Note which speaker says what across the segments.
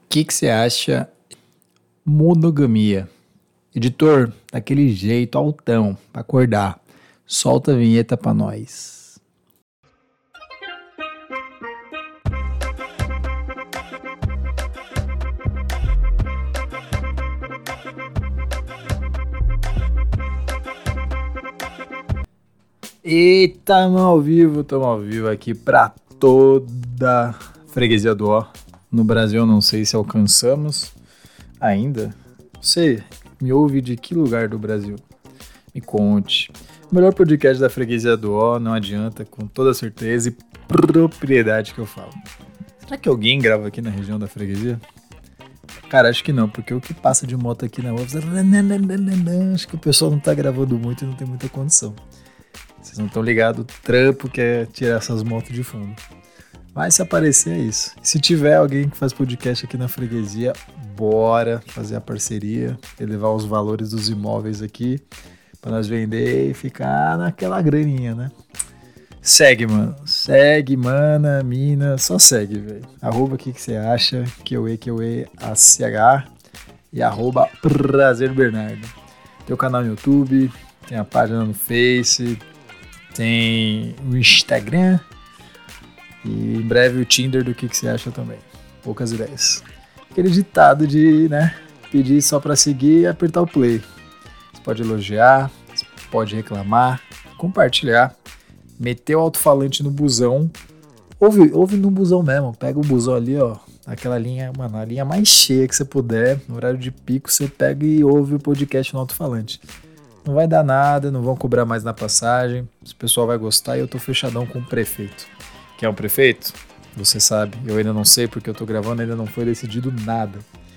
Speaker 1: que você acha monogamia? Editor, daquele jeito, altão, pra acordar. Solta a vinheta pra nós. Eita, tamo ao vivo aqui pra toda freguesia do Ó. No Brasil eu não sei se alcançamos ainda. Você me ouve de que lugar do Brasil? Me conte. O melhor podcast da freguesia do Ó, não adianta, com toda certeza e propriedade que eu falo. Será que alguém grava aqui na região da freguesia? Cara, acho que não, porque o que passa de moto aqui na rua, acho que o pessoal não tá gravando muito e não tem muita condição. Vocês não estão ligados, o trampo que é tirar essas motos de fundo. Mas se aparecer é isso. Se tiver alguém que faz podcast aqui na freguesia, bora fazer a parceria, elevar os valores dos imóveis aqui, pra nós vender e ficar naquela graninha, né? Segue, mano. Segue, mana, mina, só segue, velho. Arroba aqui que você acha, que eu ACH e arroba Prazer Bernardo. Tem o canal no YouTube, tem a página no Face, tem o Instagram e em breve o Tinder do que você acha também. Poucas ideias. Aquele ditado de, né, pedir só pra seguir e apertar o play. Você pode elogiar, você pode reclamar, compartilhar, meter o alto-falante no busão. Ouve no busão mesmo. Pega o busão ali, ó, aquela linha, mano, a linha mais cheia que você puder, no horário de pico, você pega e ouve o podcast no alto-falante. Não vai dar nada, não vão cobrar mais na passagem, o pessoal vai gostar e eu tô fechadão com o prefeito. Quer um prefeito? Você sabe, eu ainda não sei porque eu tô gravando, ainda não foi decidido nada.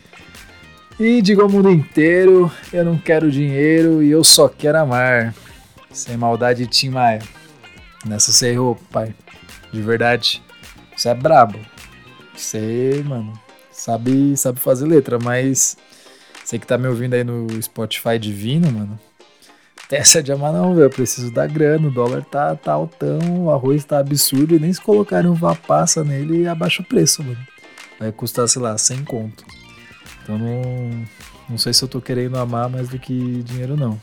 Speaker 1: E digo ao mundo inteiro, eu não quero dinheiro e eu só quero amar. Sem maldade, Tim Maia. Nessa você errou, pai. De verdade, você é brabo. Você, mano, sabe fazer letra, mas você que tá me ouvindo aí no Spotify divino, mano, essa de amar não, velho, eu preciso da grana, o dólar tá altão, o arroz tá absurdo e nem se colocarem uva passa nele abaixa o preço, mano. Vai custar, sei lá, 100 conto. Então não sei se eu tô querendo amar mais do que dinheiro não.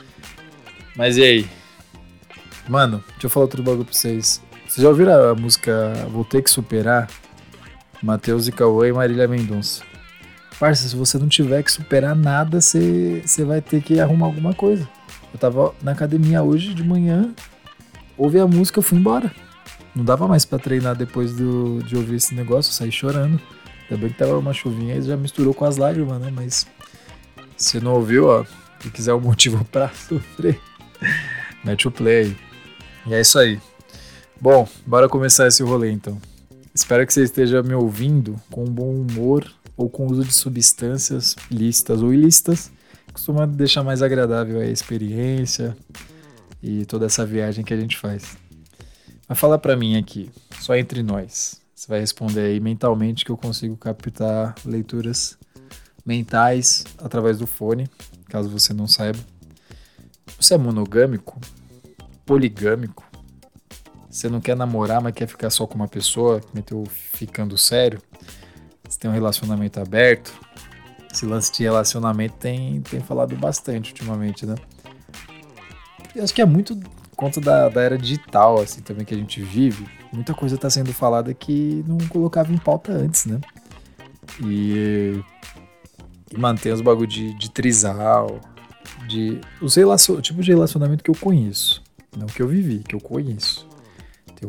Speaker 1: Mas e aí? Mano, deixa eu falar outro bagulho pra vocês. Vocês já ouviram a música Vou Ter Que Superar? Matheus e Cauã e Marília Mendonça. Parça, se você não tiver que superar nada, você vai ter que arrumar alguma coisa. Eu tava na academia hoje de manhã, ouvi a música, eu fui embora. Não dava mais pra treinar depois de ouvir esse negócio, eu saí chorando. Ainda bem que tava uma chuvinha e já misturou com as lágrimas, né? Mas se não ouviu, ó, se quiser um motivo pra sofrer, mete o play. E é isso aí. Bom, bora começar esse rolê então. Espero que você esteja me ouvindo com bom humor ou com uso de substâncias lícitas ou ilícitas. Costuma deixar mais agradável a experiência e toda essa viagem que a gente faz. Mas fala pra mim aqui, só entre nós. Você vai responder aí mentalmente que eu consigo captar leituras mentais através do fone, caso você não saiba. Você é monogâmico? Poligâmico? Você não quer namorar, mas quer ficar só com uma pessoa, meteu ficando sério? Você tem um relacionamento aberto? Esse lance de relacionamento tem falado bastante ultimamente, né? Eu acho que é muito conta da era digital, assim, também que a gente vive. Muita coisa tá sendo falada que não colocava em pauta antes, né? E mantém os bagulho de trisal, o tipo de relacionamento que eu conheço. Não que eu vivi, que eu conheço. Tenho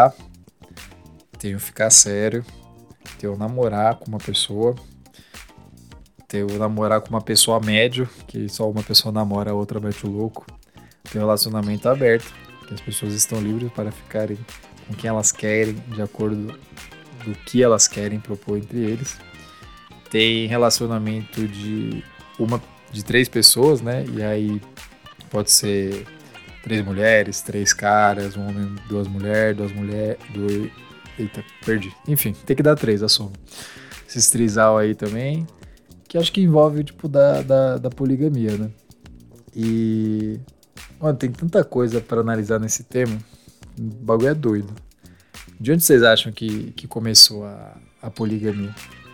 Speaker 1: ficar sério, tenho namorar com uma pessoa, tenho namorar com uma pessoa médio, que só uma pessoa namora, a outra mete o louco. Tem um relacionamento aberto, que as pessoas estão livres para ficarem com quem elas querem, de acordo do que elas querem propor entre eles. Tem relacionamento de 3 pessoas, né? E aí pode ser 3 mulheres, 3 caras, um homem, 2 mulheres, 2 mulheres, 2... Eita, perdi. Enfim, tem que dar 3 a soma. Esses trisal aí também, que acho que envolve, tipo, da poligamia, né? E... Mano, tem tanta coisa pra analisar nesse tema. O bagulho é doido. De onde vocês acham que começou a poligamia?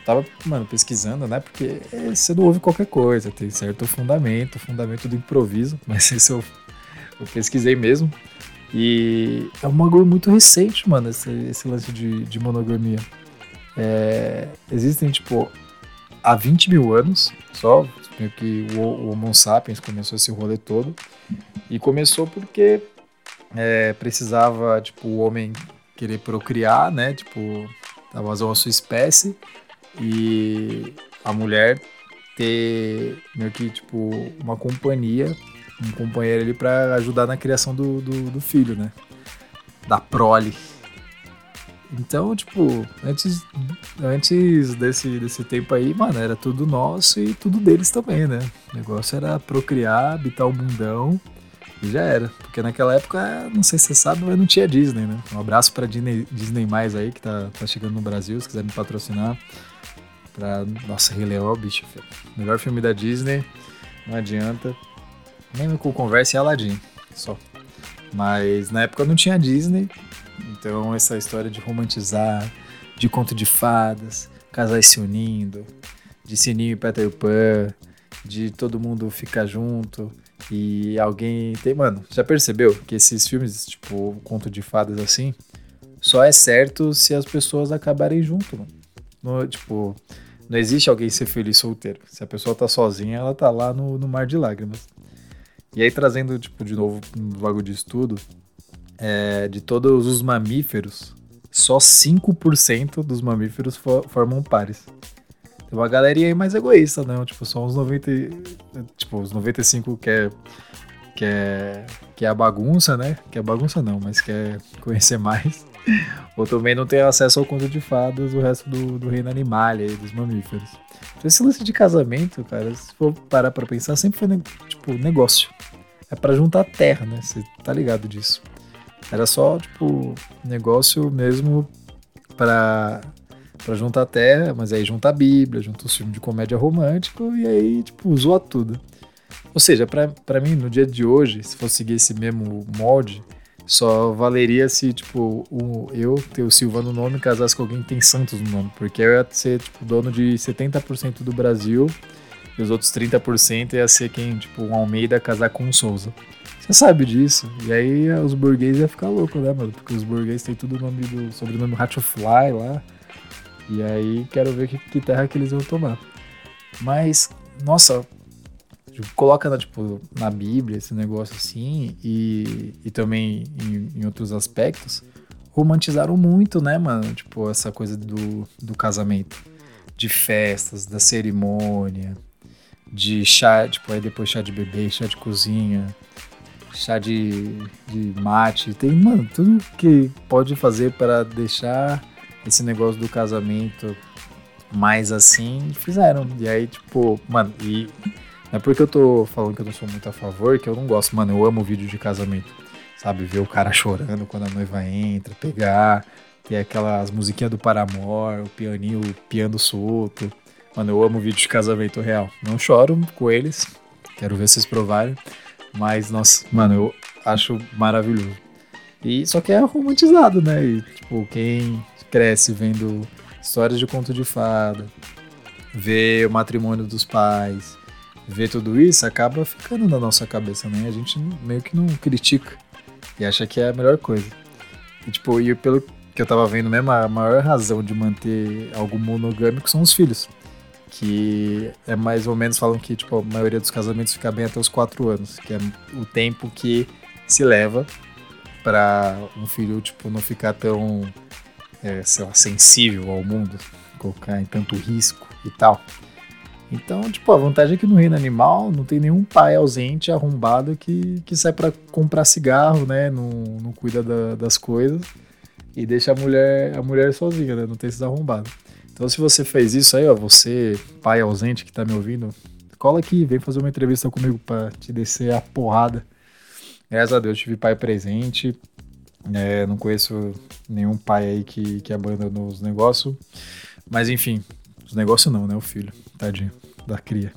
Speaker 1: tava, mano, pesquisando, né? Porque você não ouve qualquer coisa, tem certo fundamento do improviso, mas esse eu pesquisei mesmo. E é um bagulho muito recente, mano, esse lance de monogamia. Existem, tipo, há 20 mil anos só, meio que o Homo sapiens começou esse rolê todo. E começou porque precisava, tipo, o homem querer procriar, né? Tipo, dar vazão à sua espécie. E a mulher ter meio que, tipo, uma companhia, um companheiro ali pra ajudar na criação do filho, né? Da prole. Então, tipo, antes desse tempo aí, mano, era tudo nosso e tudo deles também, né? O negócio era procriar, habitar o mundão e já era. Porque naquela época, não sei se você sabe, mas não tinha Disney, né? Um abraço pra Disney Mais aí, que tá chegando no Brasil, se quiser me patrocinar. Nossa, Rei Leão, bicho, filho. Melhor filme da Disney, não adianta. Nem com conversa e Aladdin, só. Mas na época não tinha Disney, então essa história de romantizar, de conto de fadas, casais se unindo, de Sininho e Peter Pan, de todo mundo ficar junto e alguém tem... Mano, já percebeu que esses filmes, tipo, conto de fadas assim, só é certo se as pessoas acabarem junto, mano. Tipo, não existe alguém ser feliz solteiro. Se a pessoa tá sozinha, ela tá lá no mar de lágrimas. E aí, trazendo, tipo, de novo um bagulho de estudo, de todos os mamíferos, só 5% dos mamíferos formam pares. Tem uma galerinha aí mais egoísta, né? Tipo, só uns 90... Tipo, os 95 que é a bagunça, né? Que é bagunça não, mas quer conhecer mais. Ou também não tem acesso ao conto de fadas, o resto do reino animal aí, dos mamíferos. Então, esse lance de casamento, cara, se for parar pra pensar, sempre foi, tipo, negócio. É pra juntar terra, né? Você tá ligado disso. Era só, tipo, negócio mesmo pra juntar terra, mas aí junta a Bíblia, junta os filmes de comédia romântico e aí, tipo, zoa tudo. Ou seja, pra mim, no dia de hoje, se fosse seguir esse mesmo molde, só valeria se, tipo, eu ter o Silva no nome e casasse com alguém que tem Santos no nome. Porque eu ia ser, tipo, dono de 70% do Brasil e os outros 30% ia ser quem, tipo, um Almeida casar com um Souza. Você sabe disso. E aí os burgueses iam ficar loucos, né, mano? Porque os burgueses têm tudo o nome do sobrenome Ratchofly lá. E aí quero ver que terra que eles vão tomar. Mas, nossa, coloca tipo, na Bíblia esse negócio assim e também em outros aspectos, romantizaram muito, né, mano? Tipo, essa coisa do casamento, de festas, da cerimônia, de chá, tipo, aí depois chá de bebê, chá de cozinha, chá de mate. Tem, mano, tudo que pode fazer para deixar esse negócio do casamento mais assim, fizeram. E aí, tipo, mano, e não é porque eu tô falando que eu não sou muito a favor, que eu não gosto, mano, eu amo vídeo de casamento, sabe, ver o cara chorando quando a noiva entra, pegar, ter aquelas musiquinhas do Paramore, o pianinho, o piano solto, mano, eu amo vídeo de casamento real, não choro com eles, quero ver vocês provarem, mas, nossa, mano, eu acho maravilhoso. E só que é romantizado, né, e, tipo, quem cresce vendo histórias de conto de fada, vê o matrimônio dos pais, ver tudo isso, acaba ficando na nossa cabeça, né? A gente meio que não critica e acha que é a melhor coisa. E, tipo, e pelo que eu tava vendo mesmo, a maior razão de manter algo monogâmico são os filhos. Que é mais ou menos, falam que, tipo, a maioria dos casamentos fica bem até os 4 anos, que é o tempo que se leva pra um filho, tipo, não ficar tão, sei lá, sensível ao mundo, colocar em tanto risco e tal. Então, tipo, a vantagem é que no reino animal não tem nenhum pai ausente, arrombado, que sai pra comprar cigarro, né? Não cuida das coisas e deixa a mulher sozinha, né? Não tem esses arrombados. Então, se você fez isso aí, ó, você, pai ausente que tá me ouvindo, cola aqui, vem fazer uma entrevista comigo pra te descer a porrada. Graças a Deus, tive pai presente. Não conheço nenhum pai aí que abandonou os negócios. Mas, enfim, os negócios não, né? O filho, tadinho, da cria.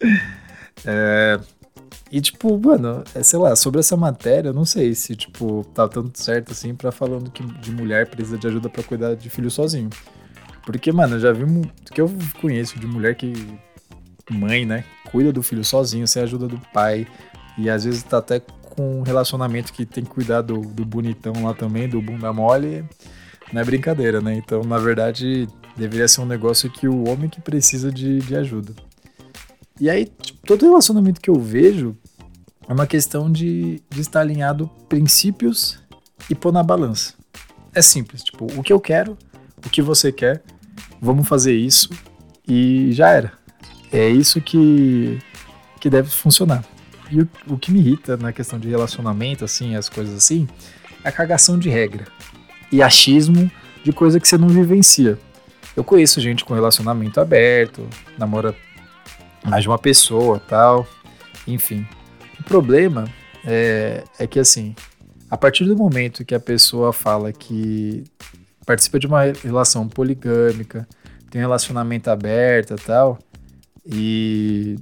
Speaker 1: E, tipo, mano, sei lá, sobre essa matéria, eu não sei se, tipo, tá tanto certo assim pra falando que de mulher precisa de ajuda pra cuidar de filho sozinho. Porque, mano, eu já vi que eu conheço de mulher que, mãe, né, cuida do filho sozinho, sem a ajuda do pai, e às vezes tá até com um relacionamento que tem que cuidar do bonitão lá também, do bunda mole, não é brincadeira, né? Então, na verdade, deveria ser um negócio que o homem que precisa de ajuda. E aí, tipo, todo relacionamento que eu vejo é uma questão de estar alinhado princípios e pôr na balança. É simples, tipo, o que eu quero, o que você quer, vamos fazer isso e já era. É isso que deve funcionar. E o que me irrita na questão de relacionamento, assim, as coisas assim, é a cagação de regra e achismo de coisa que você não vivencia. Eu conheço gente com relacionamento aberto, namora mais de uma pessoa, tal, enfim. O problema é que, assim, a partir do momento que a pessoa fala que participa de uma relação poligâmica, tem um relacionamento aberto e tal, e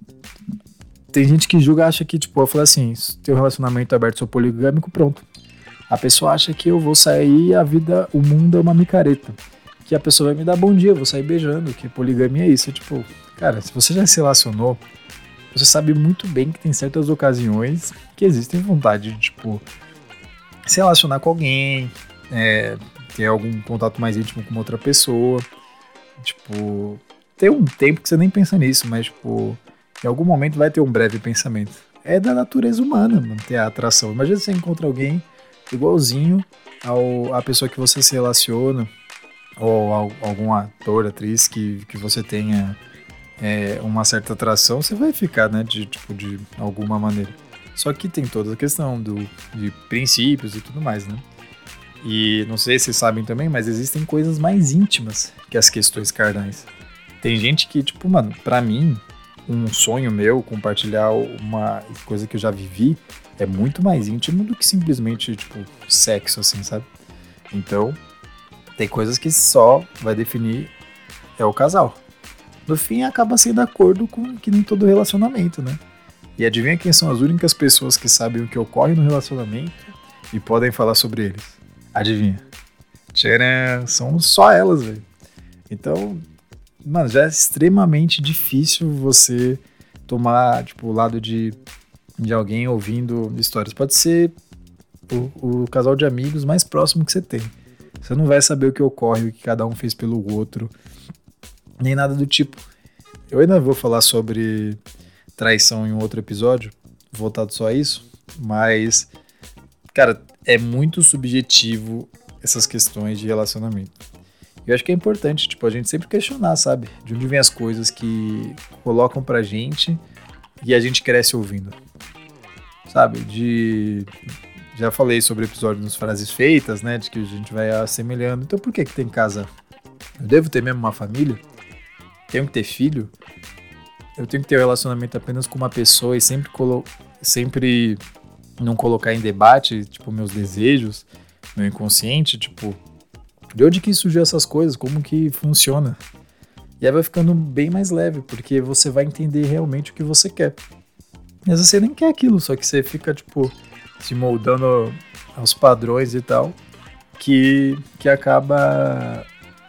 Speaker 1: tem gente que julga, acha que, tipo, eu falo assim, se tem um relacionamento aberto, sou poligâmico, pronto. A pessoa acha que eu vou sair e o mundo é uma micareta. Que a pessoa vai me dar bom dia, eu vou sair beijando, que poligamia é isso. Tipo, cara, se você já se relacionou, você sabe muito bem que tem certas ocasiões que existem vontade de, tipo, se relacionar com alguém, ter algum contato mais íntimo com uma outra pessoa. Tipo, tem um tempo que você nem pensa nisso, mas, tipo, em algum momento vai ter um breve pensamento. É da natureza humana, mano, ter a atração. Imagina você encontra alguém igualzinho à pessoa que você se relaciona, ou algum ator, atriz que você tenha uma certa atração, você vai ficar, né, de alguma maneira. Só que tem toda a questão de princípios e tudo mais, né? E não sei se vocês sabem também, mas existem coisas mais íntimas que as questões carnais. Tem gente que, tipo, mano, pra mim, um sonho meu, compartilhar uma coisa que eu já vivi, é muito mais íntimo do que simplesmente, tipo, sexo, assim, sabe? Então, tem coisas que só vai definir o casal. No fim, acaba sendo acordo com que nem todo relacionamento, né? E adivinha quem são as únicas pessoas que sabem o que ocorre no relacionamento e podem falar sobre eles? Adivinha? Tcharam! São só elas, velho. Então, mano, já é extremamente difícil você tomar, tipo, o lado de alguém ouvindo histórias. Pode ser o casal de amigos mais próximo que você tem. Você não vai saber o que ocorre, o que cada um fez pelo outro, nem nada do tipo. Eu ainda vou falar sobre traição em um outro episódio, voltado só a isso, mas, cara, é muito subjetivo essas questões de relacionamento. Eu acho que é importante, tipo, a gente sempre questionar, sabe? De onde vem as coisas que colocam pra gente e a gente cresce ouvindo. Sabe? Já falei sobre episódios nas frases feitas, né? De que a gente vai assemelhando. Então por que tem casa? Eu devo ter mesmo uma família? Tenho que ter filho? Eu tenho que ter um relacionamento apenas com uma pessoa e sempre não colocar em debate, tipo, meus desejos, meu inconsciente, tipo, de onde que surgiu essas coisas? Como que funciona? E aí vai ficando bem mais leve, porque você vai entender realmente o que você quer. Às vezes você nem quer aquilo, só que você fica, tipo, se moldando aos padrões e tal, que acaba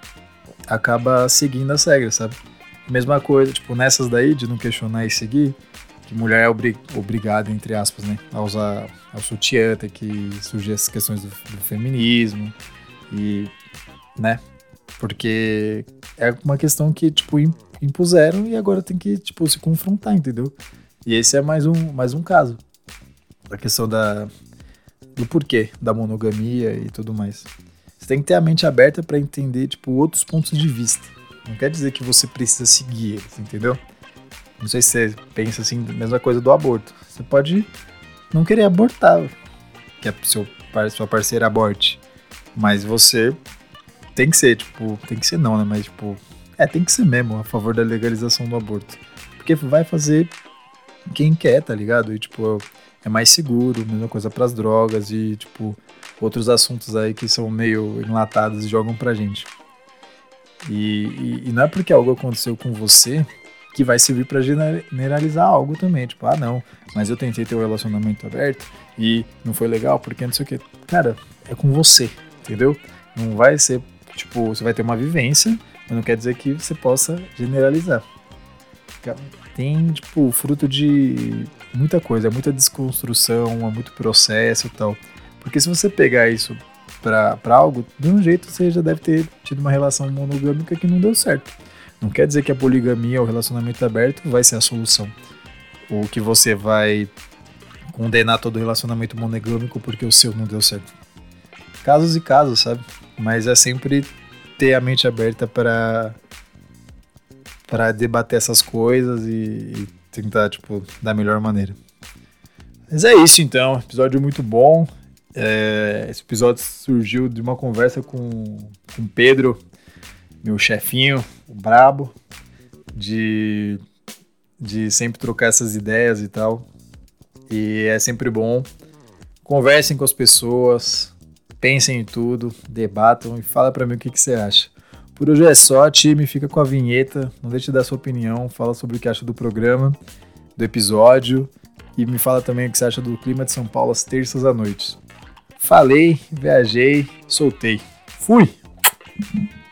Speaker 1: seguindo as regras, sabe? Mesma coisa, tipo, nessas daí, de não questionar e seguir, que mulher é obrigada, entre aspas, né, a usar o sutiã, tem que surgir essas questões do feminismo, e, né, porque é uma questão que, tipo, impuseram e agora tem que, tipo, se confrontar, entendeu? E esse é mais um caso. A questão do porquê da monogamia e tudo mais. Você tem que ter a mente aberta para entender, tipo, outros pontos de vista. Não quer dizer que você precisa seguir eles, entendeu? Não sei se você pensa assim, mesma coisa do aborto. Você pode não querer abortar, que a sua parceira aborte. Mas você tem que ser, tipo, tem que ser não, né? Mas, tipo, tem que ser mesmo a favor da legalização do aborto. Porque vai fazer quem quer, tá ligado? E, tipo, é mais seguro, mesma coisa pras drogas e, tipo, outros assuntos aí que são meio enlatados e jogam pra gente. E não é porque algo aconteceu com você que vai servir pra generalizar algo também. Tipo, não, mas eu tentei ter um relacionamento aberto e não foi legal porque não sei o que. Cara, é com você, entendeu? Não vai ser, tipo, você vai ter uma vivência, mas não quer dizer que você possa generalizar. Tem, tipo, fruto de muita coisa, muita desconstrução, muito processo e tal. Porque se você pegar isso pra algo, de um jeito você já deve ter tido uma relação monogâmica que não deu certo. Não quer dizer que a poligamia ou relacionamento aberto vai ser a solução. Ou que você vai condenar todo relacionamento monogâmico porque o seu não deu certo. Casos e casos, sabe? Mas é sempre ter a mente aberta para debater essas coisas e tentar, tipo, da melhor maneira. Mas é isso, então. Episódio muito bom. Esse episódio surgiu de uma conversa com o Pedro, meu chefinho, o brabo, de sempre trocar essas ideias e tal. E é sempre bom. Conversem com as pessoas, pensem em tudo, debatam e fala pra mim o que você acha. Por hoje é só, time, fica com a vinheta, não deixe de dar sua opinião, fala sobre o que acha do programa, do episódio e me fala também o que você acha do clima de São Paulo às terças à noite. Falei, viajei, soltei. Fui!